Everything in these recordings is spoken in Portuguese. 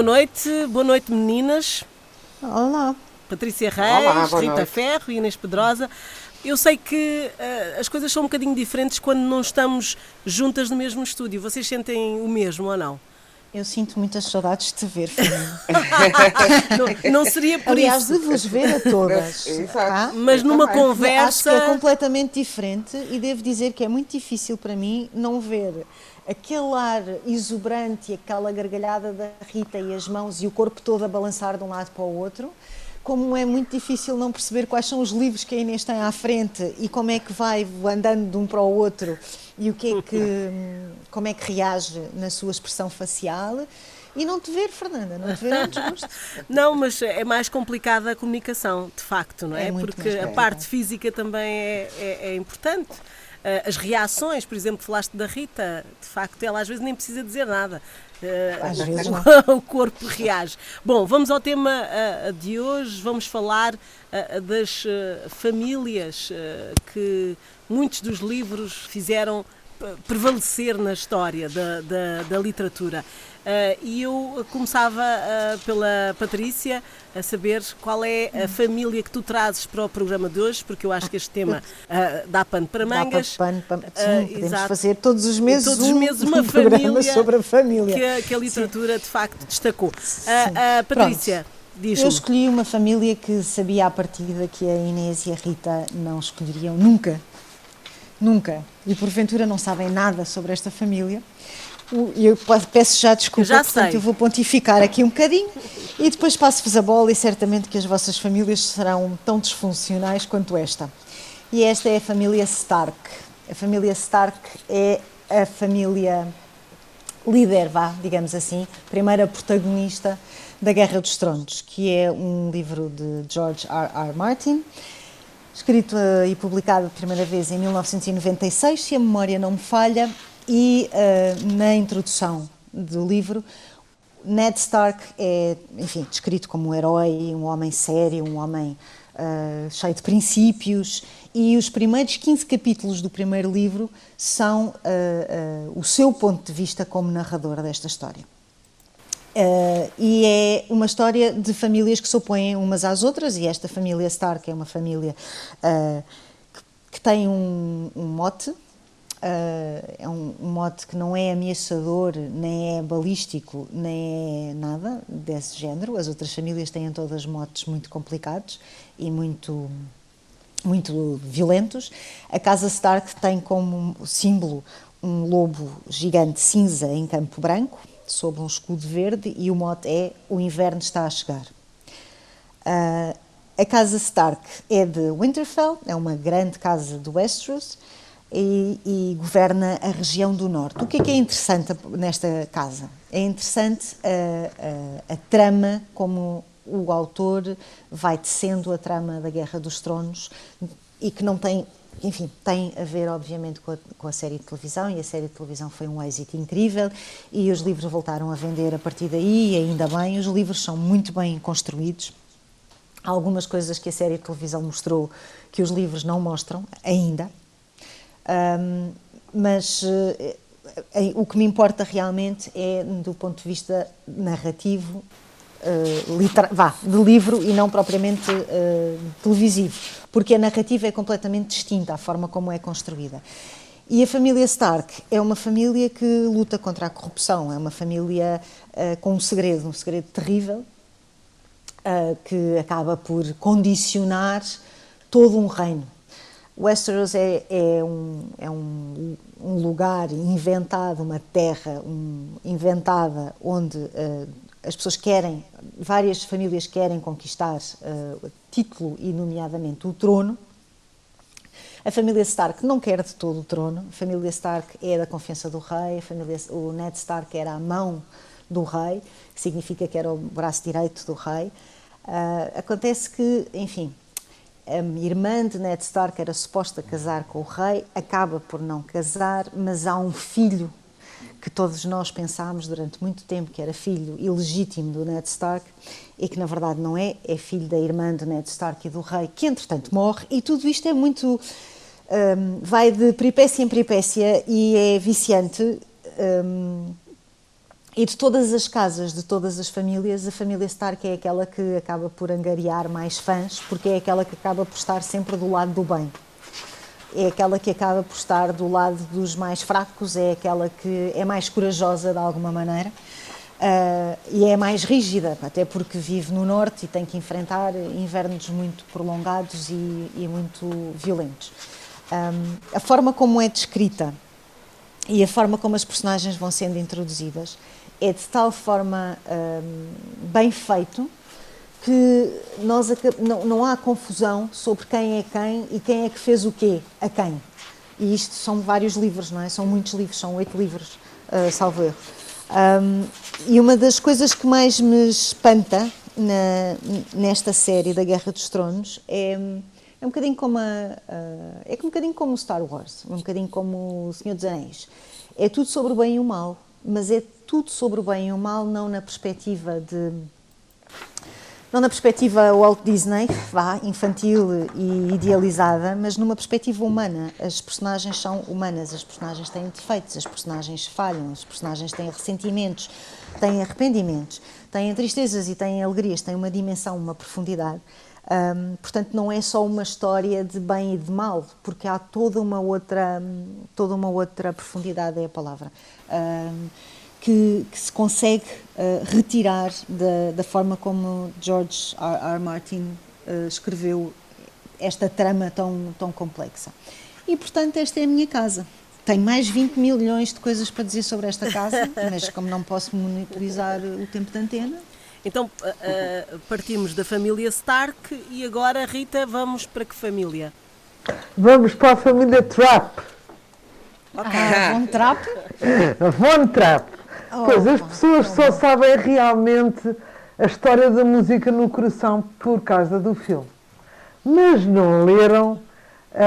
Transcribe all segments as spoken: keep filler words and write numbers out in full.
boa noite. Boa noite, meninas. Olá. Patrícia Reis, Olá, Rita noite. Ferro e Inês Pedrosa. Eu sei que uh, as coisas são um bocadinho diferentes quando não estamos juntas no mesmo estúdio. Vocês sentem o mesmo ou não? Eu sinto muitas saudades de te ver, Fernanda. não, não seria por Aliás, isso. de vos ver a todas. Exato. Tá? Mas numa também. conversa... Acho que é completamente diferente e devo dizer que é muito difícil para mim não ver aquele ar exuberante e aquela gargalhada da Rita e as mãos e o corpo todo a balançar de um lado para o outro, como é muito difícil não perceber quais são os livros que a Inês tem à frente e como é que vai andando de um para o outro e o que é que, como é que reage na sua expressão facial. E não te ver, Fernanda, não te ver é um desgosto. Não, mas é mais complicada a comunicação, de facto, não é? É muito Porque mais a complicado. parte física também é, é, é importante. Uh, as reações, por exemplo, falaste da Rita, de facto, ela às vezes nem precisa dizer nada. Uh, Às vezes não. o corpo reage. Bom, vamos ao tema uh, de hoje, vamos falar uh, das uh, famílias uh, que muitos dos livros fizeram prevalecer na história da, da, da literatura. Uh, e eu começava uh, pela Patrícia a saber qual é a família que tu trazes para o programa de hoje, porque eu acho que este tema uh, dá pano para mangas. Dá para pano, para... Sim, Uh, podemos exato. fazer todos os meses, Todos os um, meses uma um programa família sobre a família. Que a, que a literatura de facto destacou. Uh, Sim. uh, Patrícia, Eu diz-me. escolhi uma família que sabia à partida que a Inês e a Rita não escolheriam nunca. Nunca. E porventura não sabem nada sobre esta família. E eu peço já desculpa, Já portanto sei. eu vou pontificar aqui um bocadinho e depois passo-vos a bola e certamente que as vossas famílias serão tão disfuncionais quanto esta. E esta é a família Stark. A família Stark é a família líder, vá, digamos assim, primeira protagonista da Guerra dos Tronos, que é um livro de George R R. Martin, escrito uh, e publicado pela primeira vez em mil novecentos e noventa e seis, se a memória não me falha, e uh, na introdução do livro, Ned Stark é, enfim, descrito como um herói, um homem sério, um homem uh, cheio de princípios, e os primeiros quinze capítulos do primeiro livro são uh, uh, o seu ponto de vista como narrador desta história. Uh, e é uma história de famílias que se opõem umas às outras, e esta família Stark é uma família uh, que, que tem um, um mote, uh, é um, um mote que não é ameaçador, nem é balístico, nem é nada desse género. As outras famílias têm todas motes muito complicados e muito, muito violentos. A casa Stark tem como símbolo um lobo gigante cinza em campo branco, sob um escudo verde, e o mote é "O inverno está a chegar". Uh, a casa Stark é de Winterfell, é uma grande casa de Westeros e, e governa a região do norte. O que é que é interessante nesta casa? É interessante a, a, a trama, como o autor vai tecendo a trama da Guerra dos Tronos, e que não tem... Enfim, tem a ver, obviamente, com a, com a série de televisão, e a série de televisão foi um êxito incrível, e os livros voltaram a vender a partir daí, e ainda bem. Os livros são muito bem construídos. Há algumas coisas que a série de televisão mostrou que os livros não mostram ainda, um, mas uh, o que me importa realmente é do ponto de vista narrativo, Uh, litera- vá, de livro, e não propriamente uh, televisivo, porque a narrativa é completamente distinta, a forma como é construída. E a família Stark é uma família que luta contra a corrupção, é uma família uh, com um segredo, um segredo terrível, uh, que acaba por condicionar todo um reino. Westeros é, é, um, é um, um lugar inventado, uma terra um, inventada, onde uh, as pessoas querem, várias famílias querem conquistar uh, o título e, nomeadamente, o trono. A família Stark não quer de todo o trono. A família Stark é da confiança do rei. A família, o Ned Stark era a mão do rei, que significa que era o braço direito do rei. Uh, acontece que, enfim, a irmã de Ned Stark era suposta casar com o rei, acaba por não casar, mas há um filho que todos nós pensámos durante muito tempo que era filho ilegítimo do Ned Stark, e que na verdade não é, é filho da irmã do Ned Stark e do rei, que entretanto morre, e tudo isto é muito... Um, vai de peripécia em peripécia e é viciante, um, E de todas as casas, de todas as famílias, a família Stark é aquela que acaba por angariar mais fãs, porque é aquela que acaba por estar sempre do lado do bem. É aquela que acaba por estar do lado dos mais fracos, é aquela que é mais corajosa de alguma maneira, uh, e é mais rígida, até porque vive no norte e tem que enfrentar invernos muito prolongados e, e muito violentos. Um, a forma como é descrita e a forma como as personagens vão sendo introduzidas é de tal forma um, bem feito que nós, não, não há confusão sobre quem é quem e quem é que fez o quê a quem. E isto são vários livros, não é? São muitos livros, são oito livros, uh, salvo erro. Um, e uma das coisas que mais me espanta na, nesta série da Guerra dos Tronos é, é um bocadinho como a, a, é um bocadinho como o Star Wars, um bocadinho como o Senhor dos Anéis. É tudo sobre o bem e o mal, mas é tudo sobre o bem e o mal, não na perspectiva de... Não na perspectiva Walt Disney, vá, infantil e idealizada, mas numa perspectiva humana. As personagens são humanas, as personagens têm defeitos, as personagens falham, as personagens têm ressentimentos, têm arrependimentos, têm tristezas e têm alegrias, têm uma dimensão, uma profundidade. Um, portanto, não é só uma história de bem e de mal, porque há toda uma outra, toda uma outra profundidade, é a palavra. Um, Que, que se consegue uh, retirar da, da forma como George R. R. Martin uh, escreveu esta trama tão, tão complexa. E, portanto, esta é a minha casa. Tenho mais vinte milhões de coisas para dizer sobre esta casa, mas como não posso monopolizar o tempo de antena... Então, uh, uh, partimos da família Stark e agora, Rita, vamos para que família? Vamos para a família Trapp. Okay. Ah, Von Trapp? Von Trapp. Oh, pois, as pessoas oh, só oh. sabem realmente a história da música no coração por causa do filme. Mas não leram a,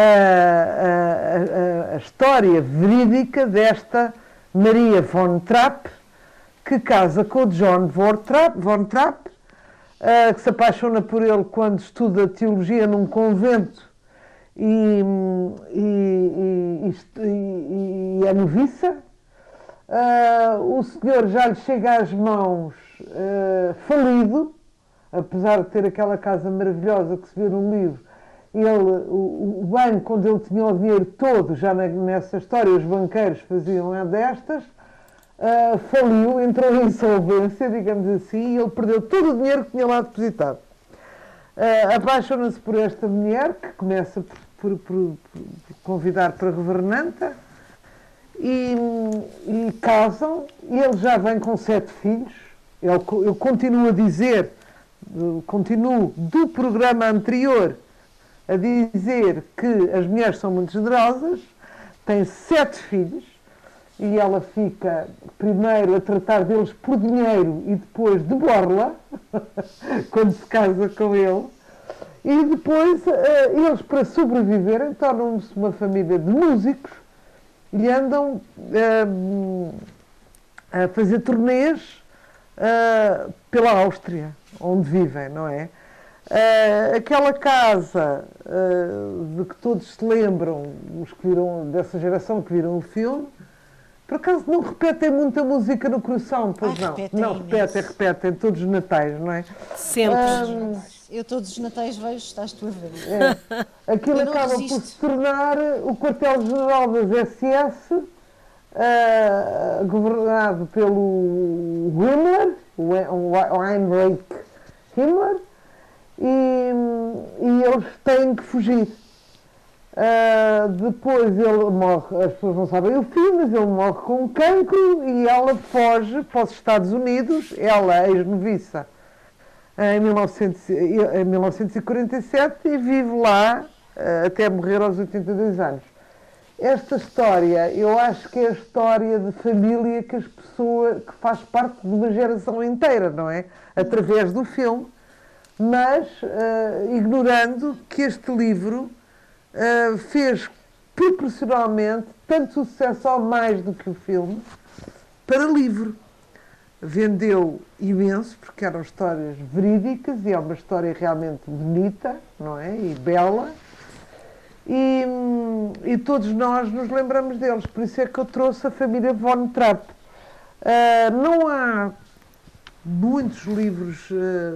a, a, a história verídica desta Maria Von Trapp, que casa com o John Von Trapp, Von Trapp uh, que se apaixona por ele quando estuda teologia num convento e, e, e, e, e é noviça. Uh, o senhor já lhe chega às mãos uh, falido, apesar de ter aquela casa maravilhosa que se vê no livro. Ele, o, o banco onde ele tinha o dinheiro todo, já na, nessa história os banqueiros faziam a destas, uh, faliu, entrou em insolvência, digamos assim, e ele perdeu todo o dinheiro que tinha lá depositado. Uh, apaixona-se por esta mulher, que começa por, por, por, por convidar para governanta, E, e casam, e ele já vem com sete filhos. Eu, eu continuo a dizer, continuo do programa anterior a dizer que as mulheres são muito generosas, tem sete filhos, e ela fica primeiro a tratar deles por dinheiro e depois de borla, quando se casa com ele, e depois eles, para sobreviverem, tornam-se uma família de músicos, e andam uh, a fazer turnês uh, pela Áustria, onde vivem, não é? Uh, aquela casa uh, de que todos se lembram, os que viram, dessa geração que viram o filme, por acaso não repetem muita música no coração, pois Ai, não? Repetem Não, repetem, repetem, todos os natais, não é? Sempre. Um, Eu todos os natais vejo, estás tu a ver. É. Aquilo acaba resisto. por se tornar o quartel-general das S S, uh, governado pelo Himmler, o Heinrich Himmler, e, e eles têm que fugir. Uh, depois ele morre, as pessoas não sabem o fim, mas ele morre com um cancro e ela foge para os Estados Unidos, ela, ex-noviça, Em, em mil novecentos e quarenta e sete e vive lá uh, até morrer aos oitenta e dois anos. Esta história, eu acho que é a história de família que as pessoas, que faz parte de uma geração inteira, não é? Através do filme, mas uh, ignorando que este livro uh, fez proporcionalmente tanto sucesso ou mais do que o filme para livro. Vendeu imenso, porque eram histórias verídicas e é uma história realmente bonita, não é? E bela. E, e todos nós nos lembramos deles. Por isso é que eu trouxe a família Von Trapp. Uh, não há muitos livros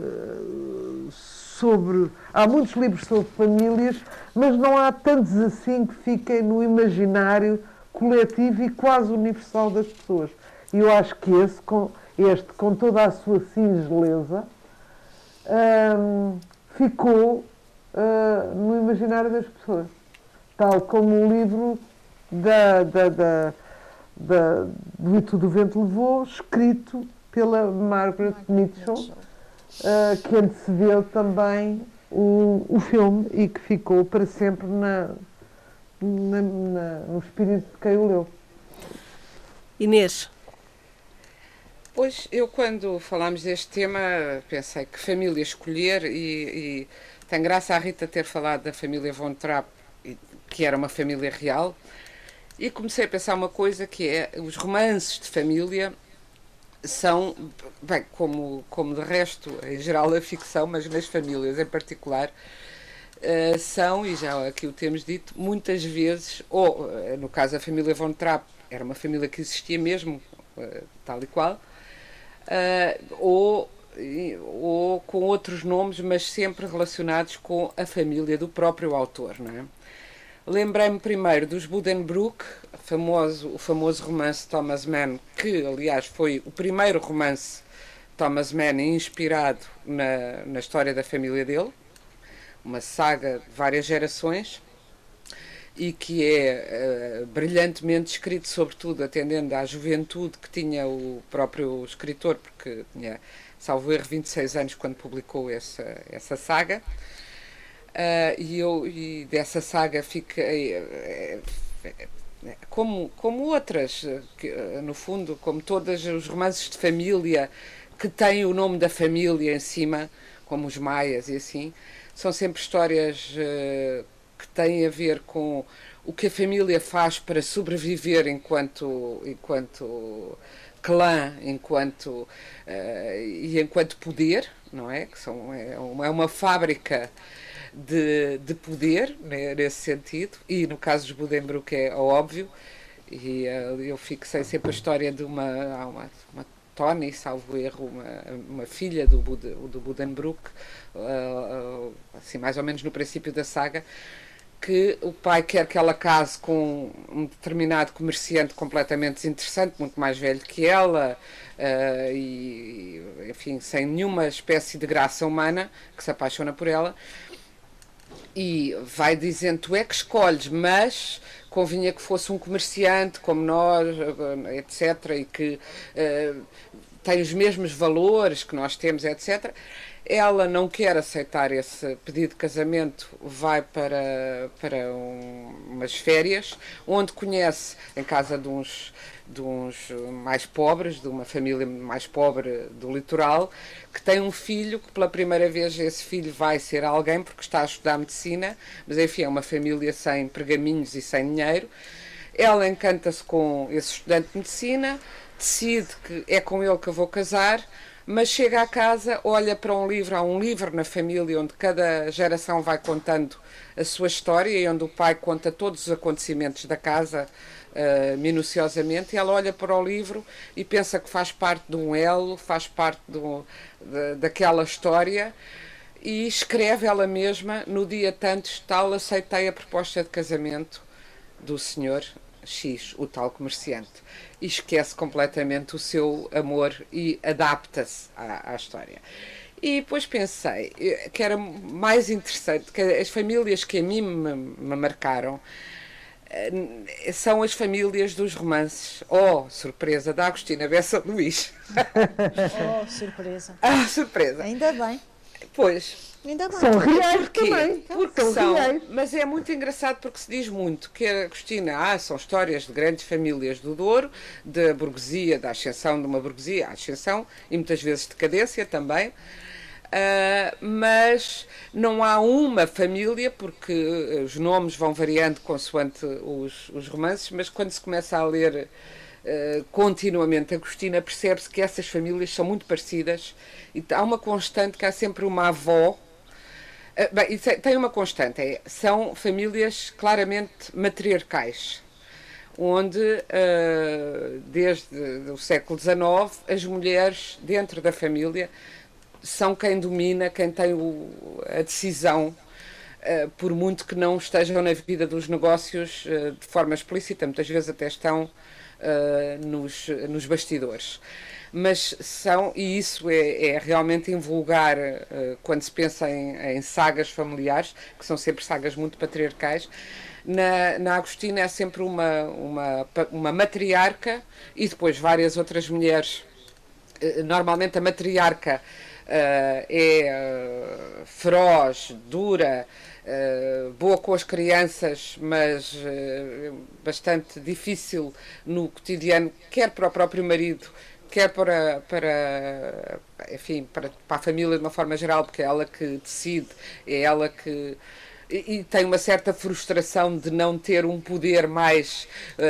uh, sobre... Há muitos livros sobre famílias, mas não há tantos assim que fiquem no imaginário coletivo e quase universal das pessoas. E eu acho que esse, com, este, com toda a sua singeleza, um, ficou uh, no imaginário das pessoas. Tal como o livro da, da, da, da, do E Tudo o Vento Levou, escrito pela Margaret Mitchell, uh, que antecedeu também o, o filme e que ficou para sempre na, na, na, no espírito de quem o leu. Inês? Pois, eu quando falámos deste tema pensei que família escolher e, e tem graça a Rita ter falado da família Von Trapp, que era uma família real, e comecei a pensar uma coisa que é, os romances de família são, bem, como, como de resto, em geral a ficção, mas nas famílias em particular, uh, são, e já aqui o temos dito, muitas vezes, ou uh, no caso a família Von Trapp, era uma família que existia mesmo, uh, tal e qual, uh, ou, ou com outros nomes, mas sempre relacionados com a família do próprio autor, não é? Lembrei-me primeiro dos Buddenbrook, famoso, o famoso romance Thomas Mann, que aliás foi o primeiro romance Thomas Mann inspirado na, na história da família dele, uma saga de várias gerações, e que é uh, brilhantemente escrito, sobretudo atendendo à juventude que tinha o próprio escritor, porque tinha, salvo erro, vinte e seis anos quando publicou essa, essa saga. Uh, e, eu, e dessa saga fiquei, é, é, como, como outras, que, no fundo, como todos os romances de família que têm o nome da família em cima, como os Maias e assim, são sempre histórias uh, que têm a ver com o que a família faz para sobreviver enquanto, enquanto clã, enquanto, uh, e enquanto poder, não é? Que são, é, uma, é uma fábrica De, de poder, né, nesse sentido, e no caso dos Buddenbrook é óbvio, e uh, eu fixei sempre a história de uma, uma, uma Tony, salvo erro, uma, uma filha do, Bud, do Buddenbrook, uh, uh, assim, mais ou menos no princípio da saga, que o pai quer que ela case com um determinado comerciante completamente desinteressante, muito mais velho que ela, uh, e, enfim, sem nenhuma espécie de graça humana, que se apaixona por ela, e vai dizendo, tu é que escolhes, mas convinha que fosse um comerciante como nós, etcétera, e que uh, tem os mesmos valores que nós temos, etcétera. Ela não quer aceitar esse pedido de casamento, vai para, para um, umas férias, onde conhece, em casa de uns, de uns mais pobres, de uma família mais pobre do litoral, que tem um filho, que pela primeira vez esse filho vai ser alguém, porque está a estudar medicina, mas enfim, é uma família sem pergaminhos e sem dinheiro. Ela encanta-se com esse estudante de medicina, decide que é com ele que eu vou casar, mas chega à casa, olha para um livro, há um livro na família onde cada geração vai contando a sua história e onde o pai conta todos os acontecimentos da casa uh, minuciosamente, e ela olha para o livro e pensa que faz parte de um elo, faz parte do, de, daquela história, e escreve ela mesma, no dia tantos, tal, aceitei a proposta de casamento do senhor X, o tal comerciante, e esquece completamente o seu amor e adapta-se à, à história. E depois pensei que era mais interessante, que as famílias que a mim me, me marcaram são as famílias dos romances. Oh, surpresa, da Agostina Bessa Luís. Oh, surpresa. Ah, surpresa. Ainda bem. Pois. Ainda bem. São reais Porquê? também. Porque são, são, reais. mas é muito engraçado porque se diz muito que a Agostina, ah, são histórias de grandes famílias do Douro, da burguesia, da ascensão de uma burguesia, a ascensão, e muitas vezes decadência também, uh, mas não há uma família, porque os nomes vão variando consoante os, os romances, mas quando se começa a ler Uh, continuamente Agostina, percebe-se que essas famílias são muito parecidas, e há uma constante, que há sempre uma avó. Uh, bem, tem uma constante, é, são famílias claramente matriarcais, onde, uh, desde o século dezenove, as mulheres dentro da família são quem domina, quem tem o, a decisão, uh, por muito que não estejam na vida dos negócios uh, de forma explícita, muitas vezes até estão uh, nos, nos bastidores. Mas são, e isso é, é realmente invulgar uh, quando se pensa em, em sagas familiares, que são sempre sagas muito patriarcais. Na, na Agostina é sempre uma, uma, uma matriarca e depois várias outras mulheres. Uh, normalmente a matriarca uh, é uh, feroz, dura, Uh, boa com as crianças, mas uh, bastante difícil no cotidiano, quer para o próprio marido, quer para, para, enfim, para, para a família de uma forma geral, porque é ela que decide, é ela que... E, e tem uma certa frustração de não ter um poder mais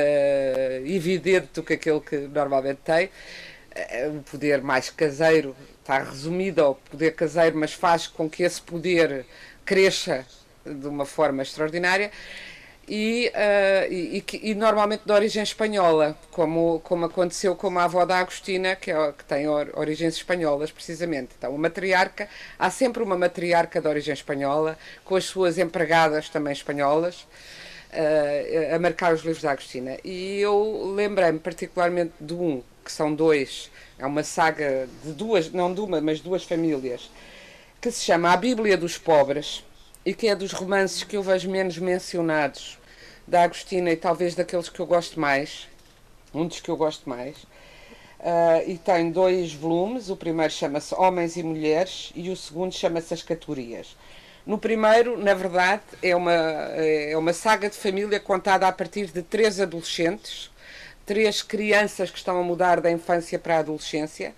uh, evidente do que aquele que normalmente tem. Uh, um poder mais caseiro, está resumido ao poder caseiro, mas faz com que esse poder cresça de uma forma extraordinária e, uh, e, e, e normalmente de origem espanhola, como, como aconteceu com a avó da Agostina, que, é, que tem or, origens espanholas, precisamente. Então, a matriarca, há sempre uma matriarca de origem espanhola, com as suas empregadas também espanholas, uh, a marcar os livros da Agostina. E eu lembrei-me particularmente de um, que são dois, é uma saga de duas, não de uma, mas duas famílias, que se chama A Bíblia dos Pobres, e que é dos romances que eu vejo menos mencionados da Agostina e talvez daqueles que eu gosto mais, um dos que eu gosto mais, uh, e tem dois volumes. O primeiro chama-se Homens e Mulheres e o segundo chama-se As Catorias. No primeiro, na verdade, é uma, é uma saga de família contada a partir de três adolescentes, três crianças que estão a mudar da infância para a adolescência,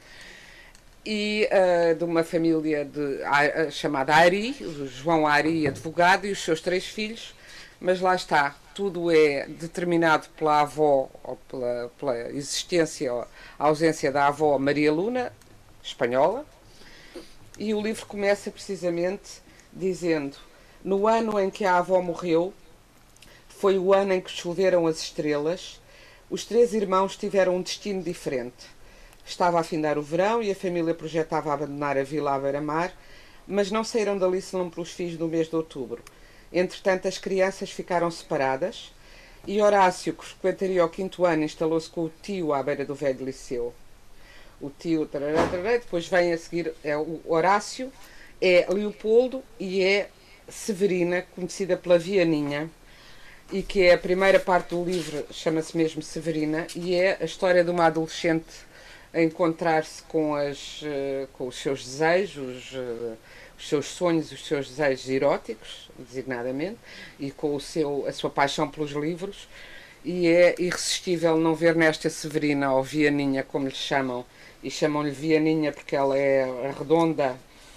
e uh, de uma família de, uh, chamada Ari, o João Ari, advogado, e os seus três filhos, mas lá está, tudo é determinado pela avó, ou pela, pela existência, ou a ausência da avó Maria Luna, espanhola, e o livro começa precisamente dizendo: no ano em que a avó morreu, foi o ano em que choveram as estrelas, os três irmãos tiveram um destino diferente. Estava a findar o verão e a família projetava abandonar a vila à beira-mar, mas não saíram dali senão pelos fins do mês de outubro. Entretanto, as crianças ficaram separadas e Horácio, que frequentaria o quinto ano, instalou-se com o tio à beira do velho liceu. O tio, tarará, tarará, depois vem a seguir é o Horácio, é Leopoldo e é Severina, conhecida pela Vianinha, e que é a primeira parte do livro, chama-se mesmo Severina, e é a história de uma adolescente a encontrar-se com, as, com os seus desejos, os seus sonhos, os seus desejos eróticos, designadamente, e com o seu, a sua paixão pelos livros, e é irresistível não ver nesta Severina, ou Vianinha, como lhe chamam, e chamam-lhe Vianinha porque ela é redonda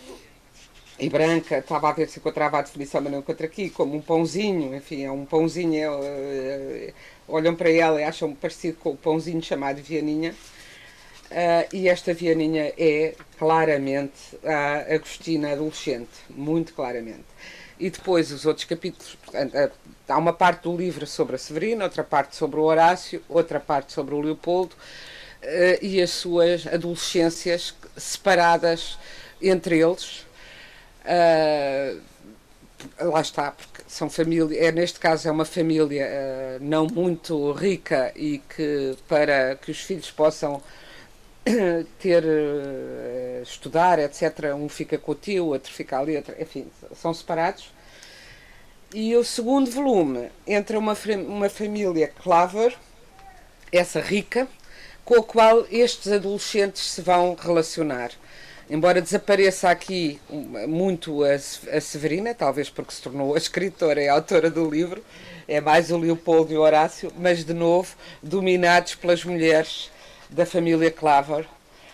e branca. Estava a ver se encontrava a definição, mas não encontro aqui, como um pãozinho, enfim, é um pãozinho, é, é, olham para ela e acham parecido com o pãozinho chamado Vianinha. Uh, e esta Vianinha é claramente a Agostina adolescente, muito claramente. E depois os outros capítulos, portanto, uh, há uma parte do livro sobre a Severina, outra parte sobre o Horácio, outra parte sobre o Leopoldo, uh, e as suas adolescências separadas entre eles. Uh, lá está, porque são família, é, neste caso é uma família uh, não muito rica e que para que os filhos possam ter, uh, estudar, etcétera, um fica com o tio, outro fica ali, outro, enfim, são separados. E o segundo volume entra uma, uma família Claver, essa rica, com a qual estes adolescentes se vão relacionar. Embora desapareça aqui muito a, a Severina, talvez porque se tornou a escritora e a autora do livro, é mais o Leopoldo e o Horácio, mas de novo dominados pelas mulheres da família Claver,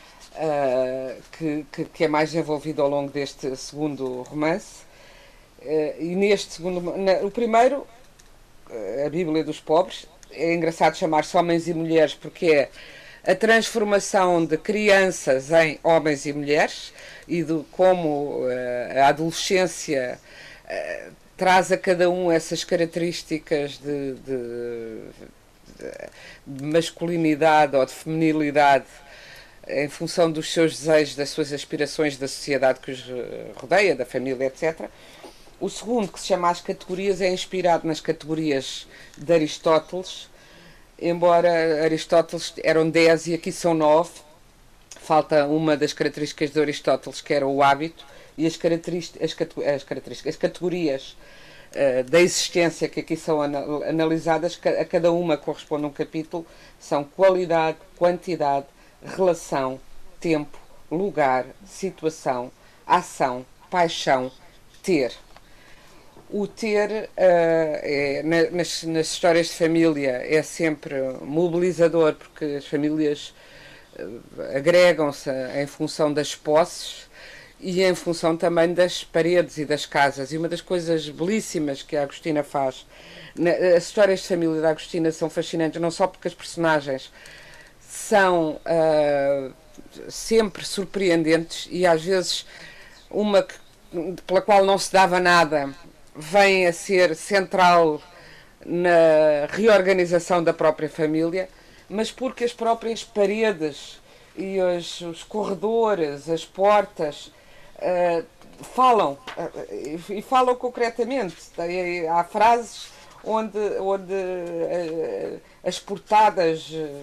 uh, que, que, que é mais envolvida ao longo deste segundo romance. Uh, e neste segundo, na, o primeiro, uh, a Bíblia dos Pobres, é engraçado chamar-se Homens e Mulheres porque é a transformação de crianças em homens e mulheres e de como uh, a adolescência uh, traz a cada um essas características de, de de masculinidade ou de feminilidade em função dos seus desejos, das suas aspirações, da sociedade que os rodeia, da família, etcétera. O segundo, que se chama As Categorias, é inspirado nas categorias de Aristóteles, embora Aristóteles eram dez e aqui são nove. Falta uma das características de Aristóteles, que era o hábito, e as, características, as, as, características, as categorias uh, da existência que aqui são anal analisadas, a cada uma corresponde um capítulo, são qualidade, quantidade, relação, tempo, lugar, situação, ação, paixão, ter. O ter, uh, é, nas, nas histórias de família, é sempre mobilizador, porque as famílias uh, agregam-se em função das posses e em função também das paredes e das casas. E uma das coisas belíssimas que a Agostina faz, na, as histórias de família da Agostina são fascinantes, não só porque as personagens são uh, sempre surpreendentes e às vezes uma que, pela qual não se dava nada vem a ser central na reorganização da própria família, mas porque as próprias paredes e os, os corredores, as portas uh, falam uh, e falam concretamente. Há frases onde, onde uh, as portadas uh,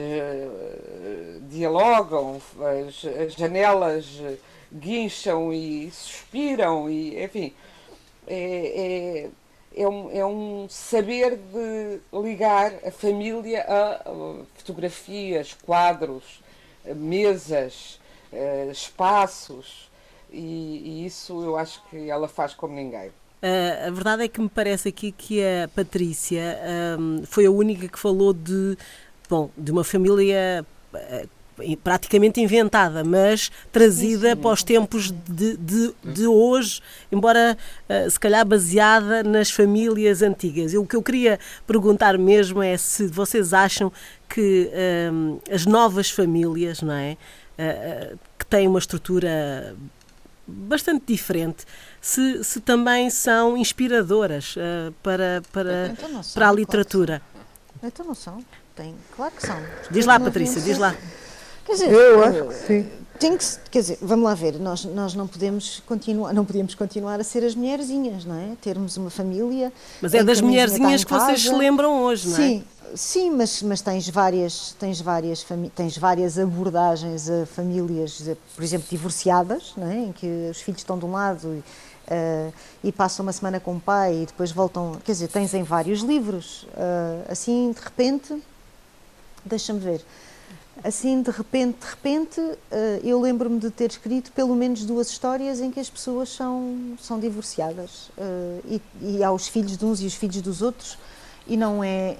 Uh, dialogam, as, as janelas guincham e suspiram, e, enfim, é, é, é, um, é um saber de ligar a família a, a fotografias, quadros, mesas, uh, espaços, e, e isso eu acho que ela faz como ninguém. Uh, a verdade é que me parece aqui que a Patrícia um, foi a única que falou de Bom, de uma família uh, praticamente inventada, mas trazida para os tempos de, de, de hoje, embora uh, se calhar baseada nas famílias antigas. Eu, o que eu queria perguntar mesmo é se vocês acham que um, as novas famílias, não é, uh, uh, que têm uma estrutura bastante diferente, se, se também são inspiradoras uh, para, para, então são, para a literatura. Claro. Então não são. Tem, claro que são. Diz lá, Patrícia, diz lá. Quer dizer, eu acho que sim. Tem que, quer dizer, vamos lá ver, nós, nós não podemos continuar, não podemos continuar a ser as mulherzinhas, não é? Termos uma família. Mas é das mulherzinhas que vocês se lembram hoje, não é? Sim, sim, mas, mas tens várias, tens várias, tens várias abordagens a famílias, por exemplo, divorciadas, não é? Em que os filhos estão de um lado e, uh, e passam uma semana com o pai e depois voltam, quer dizer, tens em vários livros, uh, assim, de repente. Deixa-me ver. Assim, de repente, de repente, eu lembro-me de ter escrito pelo menos duas histórias em que as pessoas são, são divorciadas e, e há os filhos de uns e os filhos dos outros e não é...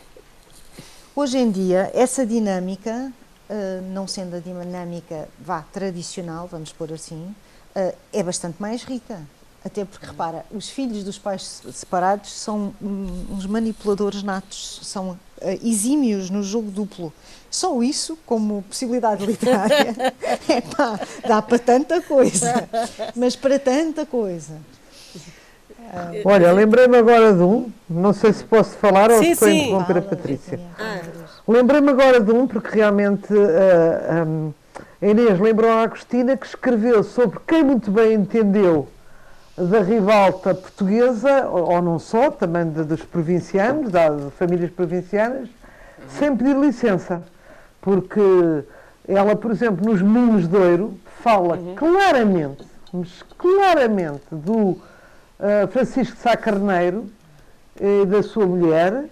Hoje em dia, essa dinâmica, não sendo a dinâmica, vá, tradicional, vamos pôr assim, é bastante mais rica. Até porque, repara, os filhos dos pais separados são uns manipuladores natos, são uh, exímios no jogo duplo. Só isso, como possibilidade literária, é pá, dá para tanta coisa, mas para tanta coisa. Uh, Olha, lembrei-me agora de um, não sei se posso falar sim, ou se estou a interromper a Patrícia. Ah. Lembrei-me agora de um, porque realmente uh, um, a Inês lembrou a Agostina que escreveu sobre quem muito bem entendeu da ribalta portuguesa, ou não só, também de, dos provincianos, da, de famílias provincianas, uhum. sem pedir licença. Porque ela, por exemplo, nos Meninos de Ouro, fala uhum. claramente, mas claramente, do uh, Francisco de Sá Carneiro e da sua mulher, uh,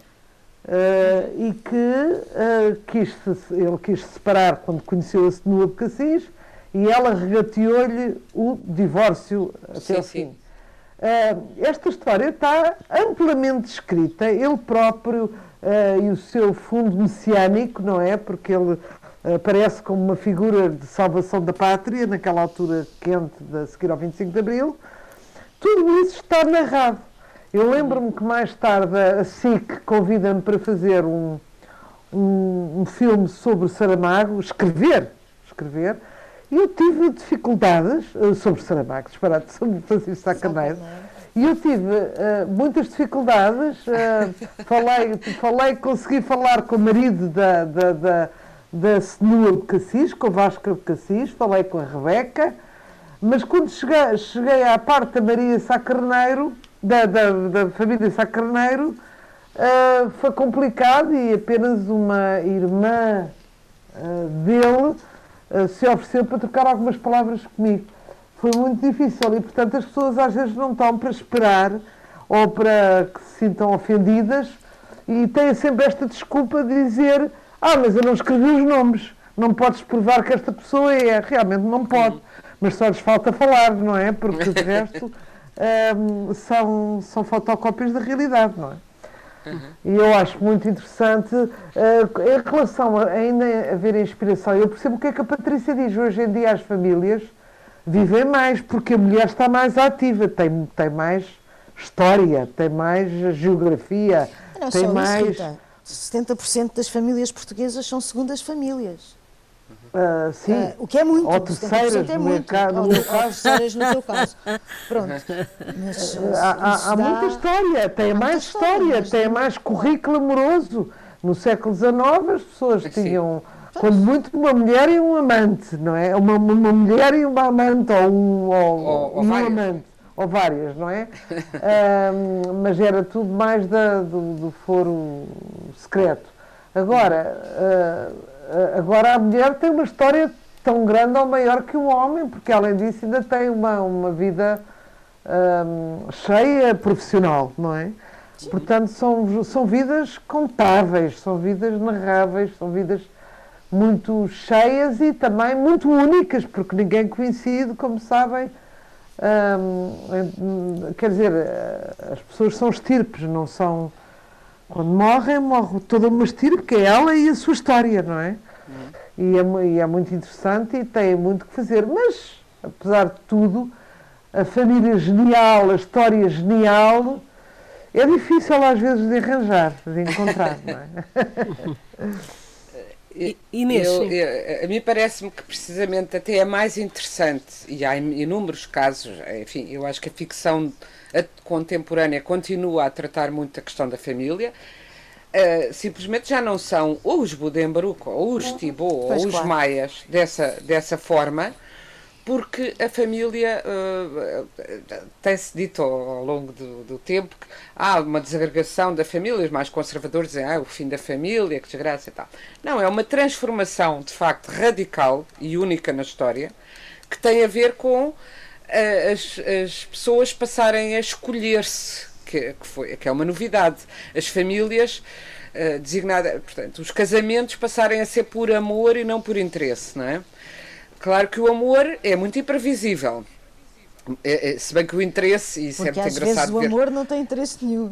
e que uh, quis -se, ele quis se separar quando conheceu a Senua de Cassis, e ela regateou-lhe o divórcio até sim, ao fim. Uh, esta história está amplamente escrita, ele próprio uh, e o seu fundo messiânico, não é? Porque ele aparece uh, como uma figura de salvação da pátria, naquela altura quente de seguir ao vinte e cinco de Abril. Tudo isso está narrado. Eu lembro-me que mais tarde a S I C convida-me para fazer um, um, um filme sobre Saramago, escrever, escrever, e eu tive dificuldades uh, sobre Saramago, disparado, sobre Francisco Sá Carneiro, E eu tive uh, muitas dificuldades, uh, falei, falei, consegui falar com o marido da, da, da, da Senhora de Cassis, com o Vasco de Cassis, falei com a Rebeca, mas quando cheguei, cheguei à parte da Maria Sá Carneiro, da, da, da família Sá Carneiro, uh, foi complicado e apenas uma irmã uh, dele uh, se ofereceu para trocar algumas palavras comigo. Foi muito difícil e, portanto, as pessoas às vezes não estão para esperar ou para que se sintam ofendidas e têm sempre esta desculpa de dizer: ah, mas eu não escrevi os nomes, não podes provar que esta pessoa é. Realmente não pode, mas só lhes falta falar, não é? Porque de resto um, são, são fotocópias da realidade, não é? Uhum. E eu acho muito interessante, uh, em relação a ainda haver inspiração, eu percebo o que é que a Patrícia diz hoje em dia às famílias. Vivem mais, porque a mulher está mais ativa, tem, tem mais história, tem mais geografia, não tem só mais... Isso, Rita. setenta por cento das famílias portuguesas são segundas famílias. Uh, sim. Uh, o que é muito. Ou terceiras, é no muito. Ca... no ou, meu ou caso. terceiras no teu caso. Pronto. Mas, uh, há há, há dá... muita história, tem há mais história, história tem mais currículo amoroso. No século dezenove as pessoas tinham... Quando muito uma mulher e um amante, não é? Uma, uma mulher e uma amante, ou um, ou, ou, ou um amante, ou várias, não é? um, mas era tudo mais da, do, do foro secreto. Agora, uh, agora a mulher tem uma história tão grande ou maior que o homem, porque além disso ainda tem uma, uma vida um, cheia profissional, não é? Sim. Portanto, são, são vidas contáveis, são vidas narráveis, são vidas muito cheias e também muito únicas, porque ninguém coincide, como sabem. Hum, quer dizer, as pessoas são estirpes, não são... Quando morrem, morre toda uma estirpe, que é ela e a sua história, não é? Uhum. E, é e é muito interessante e tem muito que fazer. Mas, apesar de tudo, a família genial, a história genial, é difícil às vezes de arranjar, de encontrar, não é? Inês, eu, eu, a mim parece-me que precisamente até é mais interessante, e há inúmeros casos, enfim, eu acho que a ficção contemporânea continua a tratar muito a questão da família, uh, simplesmente já não são ou os Budembrug, ou os Thibault, ou os claro. Maias dessa, dessa forma, porque a família, uh, tem-se dito ao, ao longo do, do tempo que há uma desagregação da família, os mais conservadores dizem ah, o fim da família, que desgraça e tal. Não, é uma transformação de facto radical e única na história, que tem a ver com uh, as, as pessoas passarem a escolher-se, que, que, foi, que é uma novidade. As famílias, uh, designadas, portanto, os casamentos passarem a ser por amor e não por interesse, não é? Claro que o amor é muito imprevisível, é, é, se bem que o interesse, e isso porque é muito às engraçado vezes o ver... amor não tem interesse nenhum.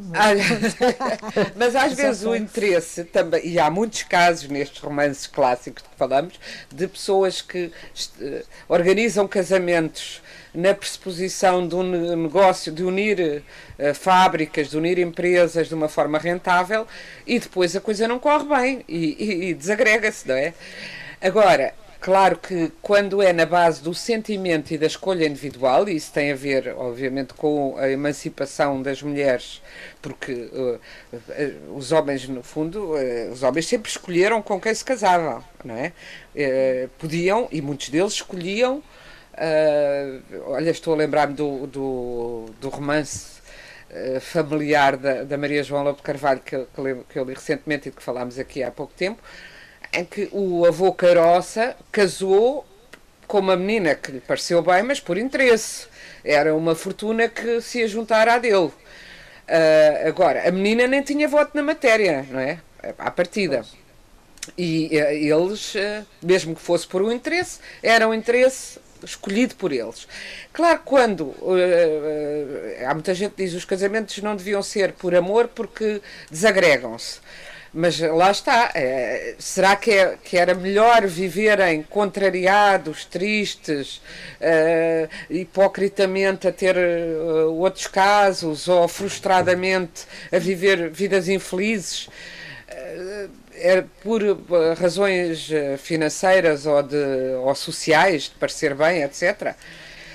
Ah, mas às vezes o interesse também, e há muitos casos nestes romances clássicos que falamos, de pessoas que uh, organizam casamentos na pressuposição de um negócio, de unir uh, fábricas, de unir empresas de uma forma rentável, e depois a coisa não corre bem e, e, e desagrega-se, não é? Agora, claro que quando é na base do sentimento e da escolha individual, e isso tem a ver, obviamente, com a emancipação das mulheres, porque uh, uh, os homens, no fundo, uh, os homens sempre escolheram com quem se casavam, não é? Uh, podiam, e muitos deles escolhiam, uh, olha, estou a lembrar-me do, do, do romance uh, familiar da, da Maria João Lobo de Carvalho, que, que, eu, que eu li recentemente e de que falámos aqui há pouco tempo, em que o avô Caroça casou com uma menina que lhe pareceu bem, mas por interesse. Era uma fortuna que se ia juntar à dele. Uh, agora, a menina nem tinha voto na matéria, não é? À partida. E uh, eles, uh, mesmo que fosse por um interesse, era um interesse escolhido por eles. Claro, quando uh, uh, há muita gente que diz que os casamentos não deviam ser por amor porque desagregam-se. Mas lá está, é, será que, é, que era melhor viverem contrariados, tristes, uh, hipocritamente a ter uh, outros casos, ou frustradamente a viver vidas infelizes, uh, é por uh, razões financeiras ou, de, ou sociais, de parecer bem, etcétera.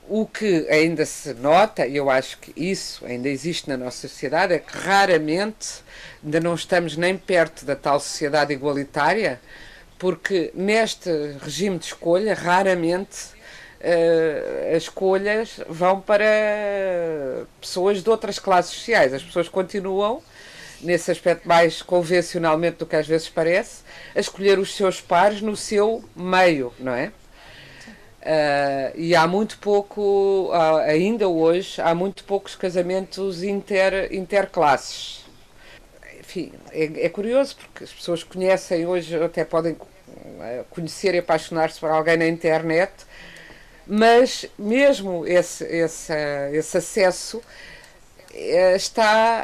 O que ainda se nota, e eu acho que isso ainda existe na nossa sociedade, é que raramente ainda não estamos nem perto da tal sociedade igualitária, porque neste regime de escolha, raramente uh, as escolhas vão para pessoas de outras classes sociais. As pessoas continuam, nesse aspecto mais convencionalmente do que às vezes parece, a escolher os seus pares no seu meio, não é? Uh, e há muito pouco, uh, ainda hoje, há muito poucos casamentos inter, interclasses. Enfim, é, é curioso porque as pessoas conhecem hoje, até podem uh, conhecer e apaixonar-se por alguém na internet, mas mesmo esse, esse, uh, esse acesso uh, está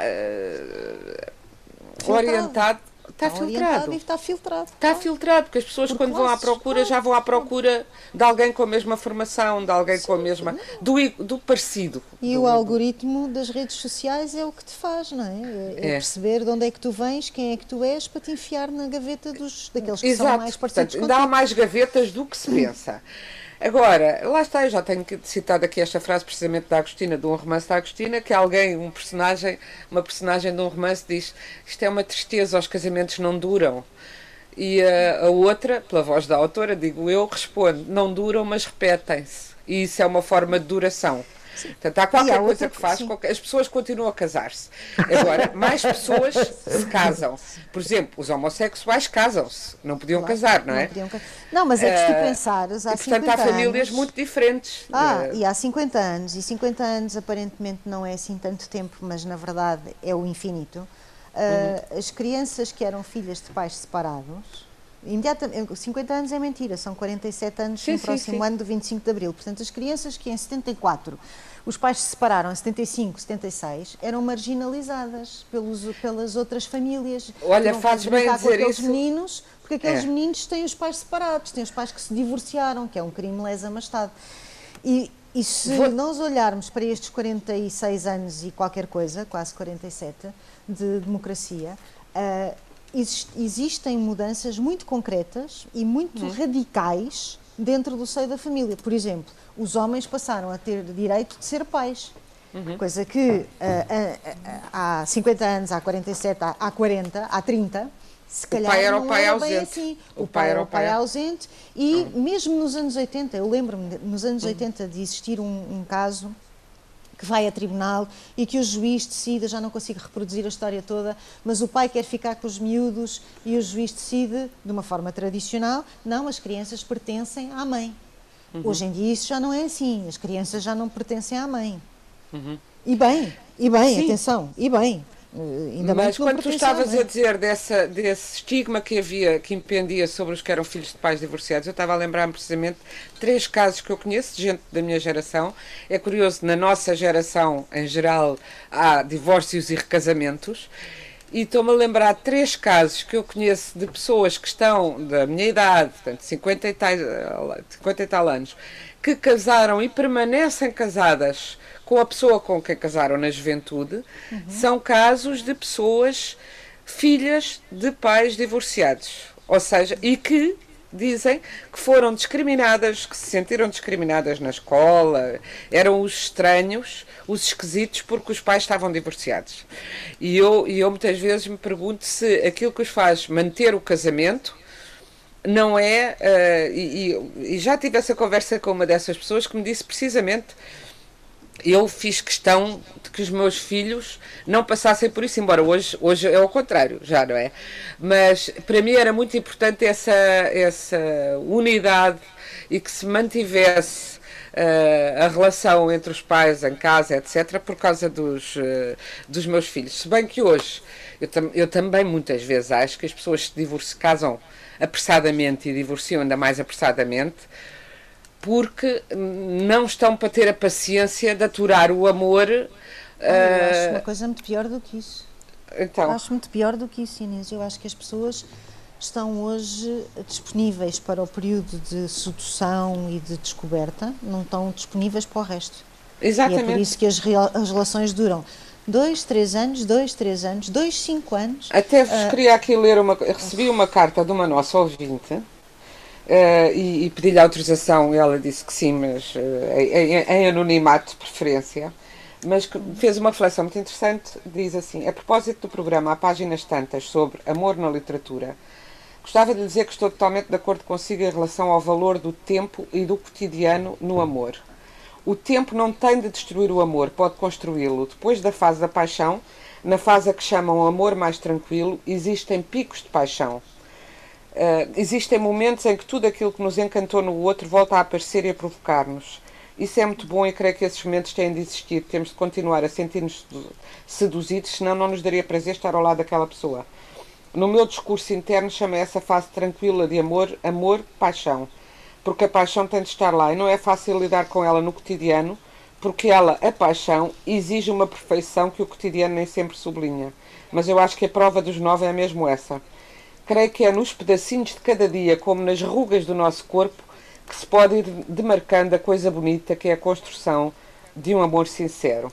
uh, orientado. Está, está filtrado. E está filtrado. Está claro. filtrado, porque as pessoas Por quando classes, vão à procura claro. já vão à procura de alguém com a mesma formação, de alguém Sim. com a mesma... Do, do parecido. E do, o algoritmo das redes sociais é o que te faz, não é? É, é perceber de onde é que tu vens, quem é que tu és, para te enfiar na gaveta dos, daqueles que Exato. são mais parecidos Portanto, ainda há mais gavetas do que se pensa. Agora, lá está, eu já tenho citado aqui esta frase precisamente da Agostina, de um romance da Agostina, que alguém, um personagem, uma personagem de um romance diz: isto é uma tristeza, os casamentos não duram. E a, a outra, pela voz da autora, digo eu, responde: não duram, mas repetem-se. E isso é uma forma de duração. Sim. Portanto, há qualquer há coisa que faz com que as pessoas continuam a casar-se. Agora, mais pessoas se casam. Por exemplo, os homossexuais casam-se. Não podiam claro, casar, não é? Não, podiam... não, mas é que se tu pensares, há e, portanto, há famílias anos... muito diferentes. Ah, e há cinquenta anos, e cinquenta anos aparentemente não é assim tanto tempo, mas na verdade é o infinito. Uh, uhum. As crianças que eram filhas de pais separados... Imediatamente, cinquenta anos é mentira, são quarenta e sete anos sim, no sim, próximo sim. ano do vinte e cinco de Abril. Portanto, as crianças que em setenta e quatro os pais se separaram, em setenta e cinco, setenta e seis, eram marginalizadas pelos, pelas outras famílias. Olha, fazes bem dizer com aqueles isso. Meninos, porque aqueles é. meninos têm os pais separados, têm os pais que se divorciaram, que é um crime lesa-majestade. E, e se Vou... nós olharmos para estes quarenta e seis anos e qualquer coisa, quase quarenta e sete, de democracia... Uh, existem mudanças muito concretas e muito uhum. radicais dentro do seio da família. Por exemplo, os homens passaram a ter direito de ser pais, uhum. coisa que uh, uh, uh, há cinquenta anos, há quarenta e sete, há quarenta, há trinta, se calhar o pai era não o pai era ausente. bem assim. O, o pai, pai era o pai, pai ausente e uhum. mesmo nos anos oitenta, eu lembro-me nos anos uhum. oitenta de existir um, um caso que vai a tribunal e que o juiz decide, eu já não consigo reproduzir a história toda, mas o pai quer ficar com os miúdos e o juiz decide, de uma forma tradicional, não, as crianças pertencem à mãe. Uhum. Hoje em dia isso já não é assim, as crianças já não pertencem à mãe. Uhum. E bem, e bem, Sim. atenção, e bem. Ainda Mas quando tu estavas a dizer dessa, desse estigma que havia, que impendia sobre os que eram filhos de pais divorciados, eu estava a lembrar-me precisamente de três casos que eu conheço de gente da minha geração. É curioso, na nossa geração, em geral, há divórcios e recasamentos, e estou-me a lembrar de três casos que eu conheço de pessoas que estão da minha idade, portanto, cinquenta e tal, cinquenta e tal anos, que casaram e permanecem casadas com a pessoa com quem casaram na juventude, uhum. são casos de pessoas filhas de pais divorciados. Ou seja, e que dizem que foram discriminadas, que se sentiram discriminadas na escola, eram os estranhos, os esquisitos, porque os pais estavam divorciados. E eu, e eu muitas vezes me pergunto se aquilo que os faz manter o casamento não é... Uh, e, e já tive essa conversa com uma dessas pessoas que me disse precisamente... Eu fiz questão de que os meus filhos não passassem por isso, embora hoje, hoje é o contrário, já não é? Mas para mim era muito importante essa, essa unidade e que se mantivesse uh, a relação entre os pais em casa, etcétera, por causa dos, uh, dos meus filhos. Se bem que hoje, eu, tam, eu também muitas vezes acho que as pessoas se divorciam, casam apressadamente e divorciam ainda mais apressadamente, porque não estão para ter a paciência de aturar o amor. Eu uh... acho uma coisa muito pior do que isso. Então. Eu acho muito pior do que isso, Inês. Eu acho que as pessoas estão hoje disponíveis para o período de sedução e de descoberta, não estão disponíveis para o resto. Exatamente. E é por isso que as, as relações duram dois, três anos, dois, três anos, dois, cinco anos. Até vos uh... queria aqui ler uma... Eu recebi uma carta de uma nossa ouvinte uh, e, e pedi-lhe autorização, e ela disse que sim, mas uh, em, em anonimato de preferência. Mas fez uma reflexão muito interessante, diz assim: a propósito do programa Há Páginas Tantas sobre amor na literatura, gostava de lhe dizer que estou totalmente de acordo consigo em relação ao valor do tempo e do cotidiano no amor. O tempo não tem de destruir o amor, pode construí-lo. Depois da fase da paixão, na fase a que chamam amor mais tranquilo, existem picos de paixão. Uh, existem momentos em que tudo aquilo que nos encantou no outro volta a aparecer e a provocar-nos. Isso é muito bom e creio que esses momentos têm de existir. Temos de continuar a sentir-nos seduzidos, senão não nos daria prazer estar ao lado daquela pessoa. No meu discurso interno chamei essa fase tranquila de amor, amor, paixão. Porque a paixão tem de estar lá e não é fácil lidar com ela no cotidiano, porque ela, a paixão, exige uma perfeição que o cotidiano nem sempre sublinha. Mas eu acho que a prova dos nove é mesmo essa. Creio que é nos pedacinhos de cada dia, como nas rugas do nosso corpo, que se pode ir demarcando a coisa bonita que é a construção de um amor sincero.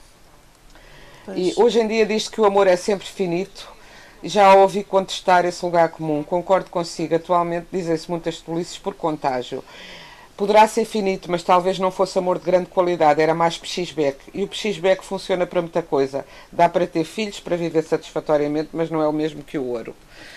Pois. E hoje em dia diz-se que o amor é sempre finito. Já ouvi contestar esse lugar comum. Concordo consigo. Atualmente dizem-se muitas tolices por contágio. Poderá ser finito, mas talvez não fosse amor de grande qualidade. Era mais pechisbeck. E o pechisbeck funciona para muita coisa. Dá para ter filhos, para viver satisfatoriamente, mas não é o mesmo que o ouro.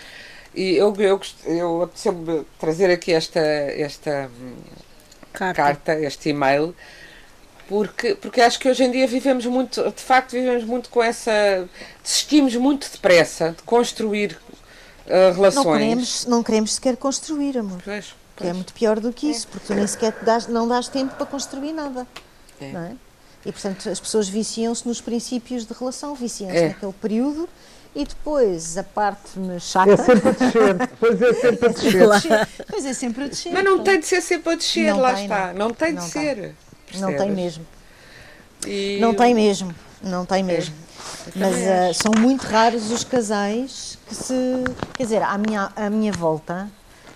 E eu, eu, eu apeteceu-me trazer aqui esta, esta carta. carta, este e-mail, porque, porque acho que hoje em dia vivemos muito, de facto vivemos muito com essa, desistimos muito depressa de construir uh, relações. Não queremos, não queremos sequer construir, amor. Pois, pois. Que é muito pior do que isso, é. Porque tu nem sequer te dás, não dás tempo para construir nada. É. Não é? E portanto as pessoas viciam-se nos princípios de relação, viciam-se é. naquele período. E depois a parte chata. É sempre a descer. Depois é sempre a descer. Pois é sempre a descer. Mas não tem de ser sempre a descer, não lá tem, está. Não, não tem não de tem. ser. Percebes? Não tem mesmo. E... Não tem mesmo. Não tem mesmo. É. Mas uh, são muito raros os casais que se. Quer dizer, à minha, à minha volta,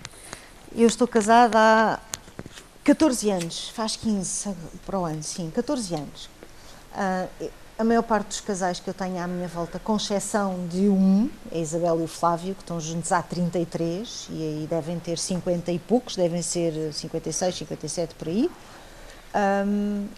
eu estou casada há catorze anos, faz quinze para o ano, sim, catorze anos. Uh, A maior parte dos casais que eu tenho à minha volta, com exceção de um, a Isabel e o Flávio, que estão juntos há trinta e três, e aí devem ter cinquenta e poucos, devem ser cinquenta e seis, cinquenta e sete por aí. Um,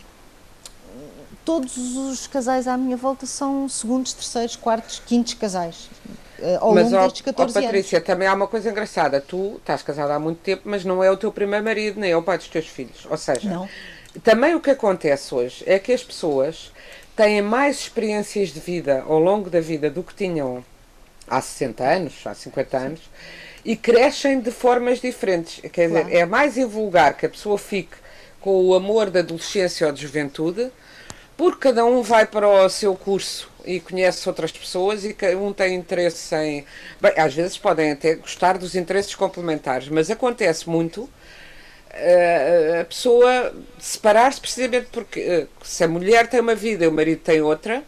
todos os casais à minha volta são segundos, terceiros, quartos, quintos casais, ao mas, longo ó, destes catorze ó, Patrícia, anos. também há uma coisa engraçada. Tu estás casada há muito tempo, mas não é o teu primeiro marido, nem é o pai dos teus filhos. Ou seja, não. Também o que acontece hoje é que as pessoas têm mais experiências de vida ao longo da vida do que tinham há sessenta anos, há cinquenta anos, e crescem de formas diferentes. Quer Claro. dizer, é mais invulgar que a pessoa fique com o amor da adolescência ou de juventude, porque cada um vai para o seu curso e conhece outras pessoas e cada um tem interesse em... Bem, às vezes podem até gostar dos interesses complementares, mas acontece muito a pessoa separar-se precisamente porque se a mulher tem uma vida e o marido tem outra,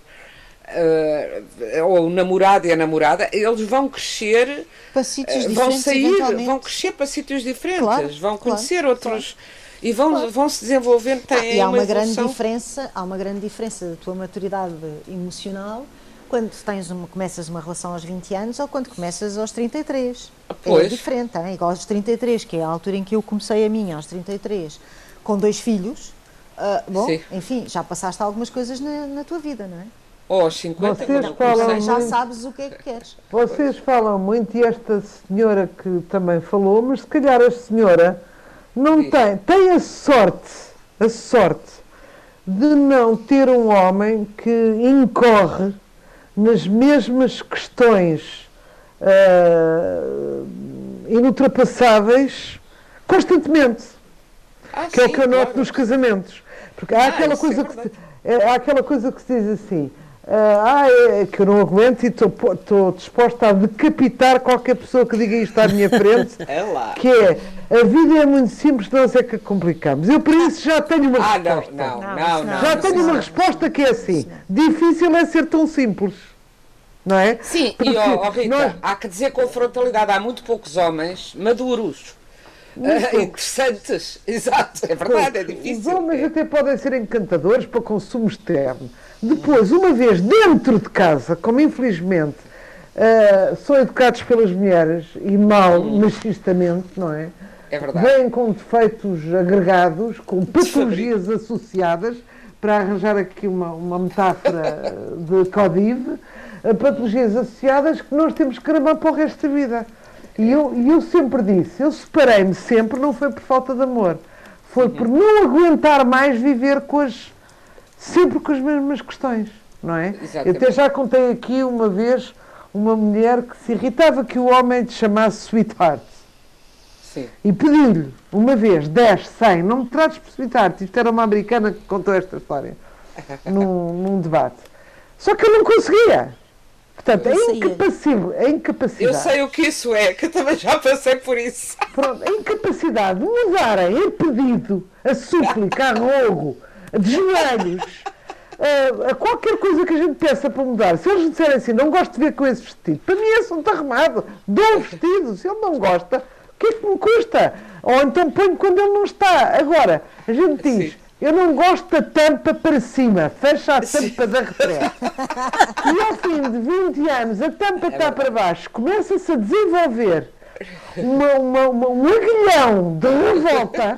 ou o namorado e a namorada, eles vão crescer para sítios vão diferentes, sair, vão crescer para sítios diferentes, claro, vão conhecer claro, outros claro. e vão, Claro. vão se desenvolvendo, têm ah, e há uma, uma grande evolução. diferença, há uma grande diferença da tua maturidade emocional quando tens uma, começas uma relação aos vinte anos ou quando começas aos trinta e três. Pois. É diferente, hein? Igual aos trinta e três, que é a altura em que eu comecei a minha, aos trinta e três, com dois filhos. Uh, bom, Sim. enfim, já passaste algumas coisas na, na tua vida, não é? Ou aos cinquenta, Vocês quando falam comecei. Já muito. sabes o que é que queres. Vocês falam muito, e esta senhora que também falou, mas se calhar a senhora não Diz. tem, tem a sorte, a sorte de não ter um homem que incorre nas mesmas questões uh, inultrapassáveis constantemente, Ah, que é o sim, que eu noto claro. nos casamentos. Porque há, Ah, aquela, isso é coisa que se, verdade. é, há aquela coisa que se diz assim, ah, é que eu não aguento e estou disposta a decapitar qualquer pessoa que diga isto à minha frente, É lá. que é, a vida é muito simples, nós é que a complicamos. Eu para isso já tenho uma Ah, não, resposta. não, Não, não, isso não. não. Já não, tenho não. uma resposta que é assim, difícil é ser tão simples, não é? Sim, Porque e ó, ó, Rita, nós- há que dizer com frontalidade, há muito poucos homens maduros, ah, interessantes, exato, é verdade, é Os difícil. homens É. até podem ser encantadores para consumo externo. Depois, uma vez dentro de casa, como infelizmente uh, são educados pelas mulheres e mal, machistamente, não é? É verdade. Vêm com defeitos agregados, com patologias associadas, para arranjar aqui uma, uma metáfora de Codive, patologias associadas que nós temos que gramar para o resto da vida. E eu, eu sempre disse, eu separei-me sempre, não foi por falta de amor, foi por não aguentar mais viver com as, sempre com as mesmas questões, não é? Exatamente. Eu até já contei aqui uma vez uma mulher que se irritava que o homem te chamasse sweetheart. Sim. E pediu-lhe, uma vez, dez, cem, não me trates por sweetheart. Isto era uma americana que contou esta história num, num debate. Só que eu não conseguia. Portanto, a, incapaci- a incapacidade... Eu sei o que isso é, que eu também já passei por isso. Pronto, a incapacidade de mudarem a pedido, a súplica, a rogo, de joelhos, a, a qualquer coisa que a gente peça para mudar. Se eles disserem assim, não gosto de ver com esse vestido, para mim é assunto arrumado, dou o vestido. Se ele não gosta, o que é que me custa? Ou então ponho quando ele não está. Agora, a gente diz... Sim. Eu não gosto da tampa para cima, fecha a tampa da retrete. E ao fim de vinte anos a tampa está para baixo, começa-se a desenvolver uma, uma, uma, um aguilhão de revolta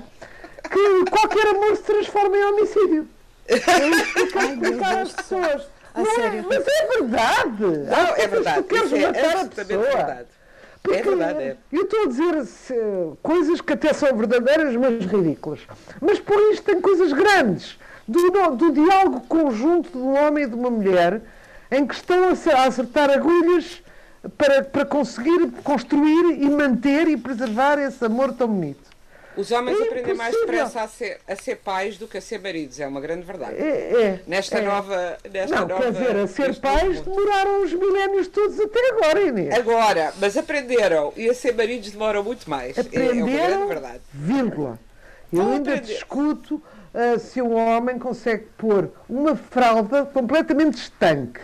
que qualquer amor se transforma em homicídio. É isso que quero explicar às pessoas. A sério? Mas é verdade. Não, é verdade. Tu queres Isso é matar a absolutamente pessoa. verdade. Porque é verdade, é. Eu estou a dizer se, coisas que até são verdadeiras, mas ridículas. Mas por isto tem coisas grandes. Do, do diálogo conjunto de um homem e de uma mulher, em que estão a, a acertar agulhas para, para conseguir construir e manter e preservar esse amor tão bonito. Os homens É aprendem mais impossível. depressa a ser, a ser pais do que a ser maridos, é uma grande verdade. É, é, Nesta é. nova. Nesta Não, nova, quer dizer, a ser neste pais novo mundo. demoraram os milénios todos até agora, Inês. Agora, mas aprenderam e a ser maridos demoram muito mais. É, é uma grande Aprenderam, verdade. vírgula. Eu Vão ainda aprender. discuto uh, se um homem consegue pôr uma fralda completamente estanque.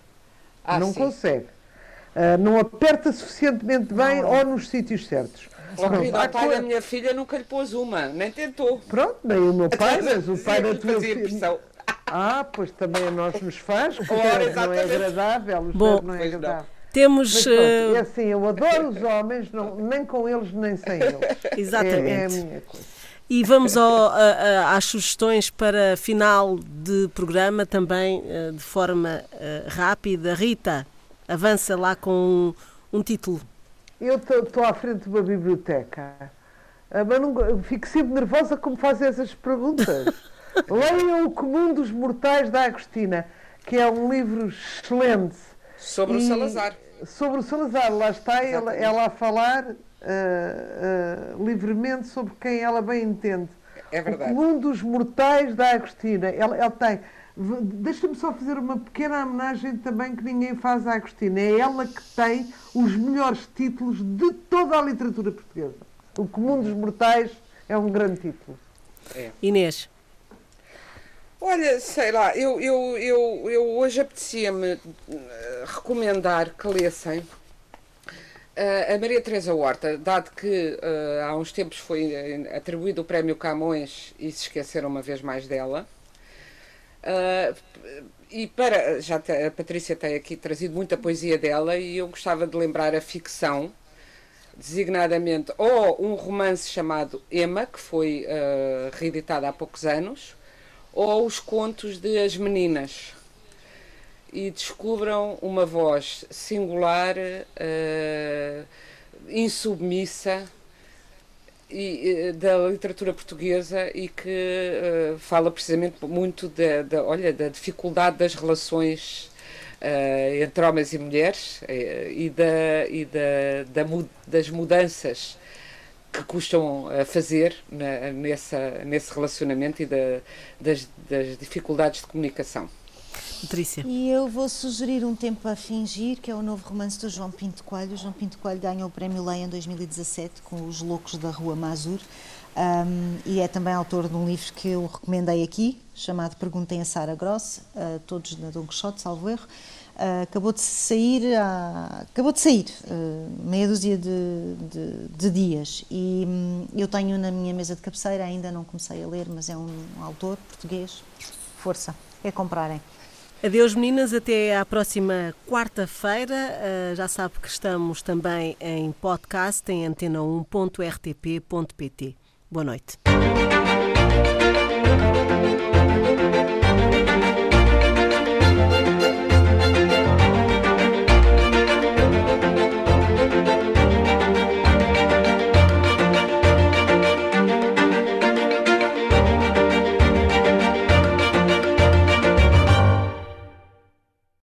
Ah, não sim. consegue. Uh, não aperta suficientemente bem ou nos sítios certos. Oh, querido, há o pai coi- da minha filha nunca lhe pôs uma, nem tentou. Pronto, nem o meu pai, mas o pai da Dizia que tua fazia filha. pressão. Ah, pois também a nós nos faz, porque Ora, não é exatamente. agradável, os Bom, não é Pois não. agradável. Temos. Mas pronto, é eh, assim, eu adoro os homens, não, nem com eles, nem sem eles. Exatamente. É, é a minha coisa. E vamos ao- a- a- às sugestões para final de programa, também eh, de forma eh, rápida. Rita, avança lá com um, um título. Eu estou à frente de uma biblioteca, ah, mas não, eu fico sempre nervosa como fazem essas perguntas. Leiam O Comum dos Mortais, da Agostina, que é um livro excelente. Sobre o E- Salazar. Sobre o Salazar, lá está ela, Exatamente. ela a falar ah, ah, livremente sobre quem ela bem entende. É verdade. O Comum dos Mortais, da Agostina. Ela, ela tem. v- Deixa-me só fazer uma pequena homenagem também que ninguém faz à Agostina. É ela que tem os melhores títulos de toda a literatura portuguesa. O Comum dos Mortais é um grande título. Inês. Olha, sei lá, eu, eu, eu, eu hoje apetecia-me eh, recomendar que lessem eh, a Maria Teresa Horta, dado que eh, há uns tempos foi eh, atribuído o Prémio Camões e se esqueceram uma vez mais dela. Uh, e para, já te- a Patrícia tem aqui trazido muita poesia dela e eu gostava de lembrar a ficção, designadamente ou um romance chamado Emma, que foi uh, reeditado há poucos anos, ou os contos de As Meninas. E descubram uma voz singular, uh, insubmissa, e, eh, da literatura portuguesa e que eh, fala precisamente muito da, da, olha, da dificuldade das relações eh, entre homens e mulheres eh, e, da, e da, da mu- das mudanças que custam a fazer na, nessa, nesse relacionamento e da, das, das dificuldades de comunicação. Patrícia. E eu vou sugerir Um Tempo a Fingir, que é o novo romance do João Pinto Coelho. O João Pinto Coelho ganhou o Prémio Leia em dois mil e dezassete com Os Loucos da Rua Mazur, um, e é também autor de um livro que eu recomendei aqui, chamado Perguntem a Sara Gross, uh, todos na Dom Quixote, salvo erro. Uh, acabou de sair, há- acabou de sair, uh, meia dúzia de, de- de dias, e hum, eu tenho na minha mesa de cabeceira, ainda não comecei a ler, mas é um autor português, força, é comprarem. Adeus, meninas, até à próxima quarta-feira. Uh, já sabe que estamos também em podcast em antena um ponto r t p ponto p t. Boa noite.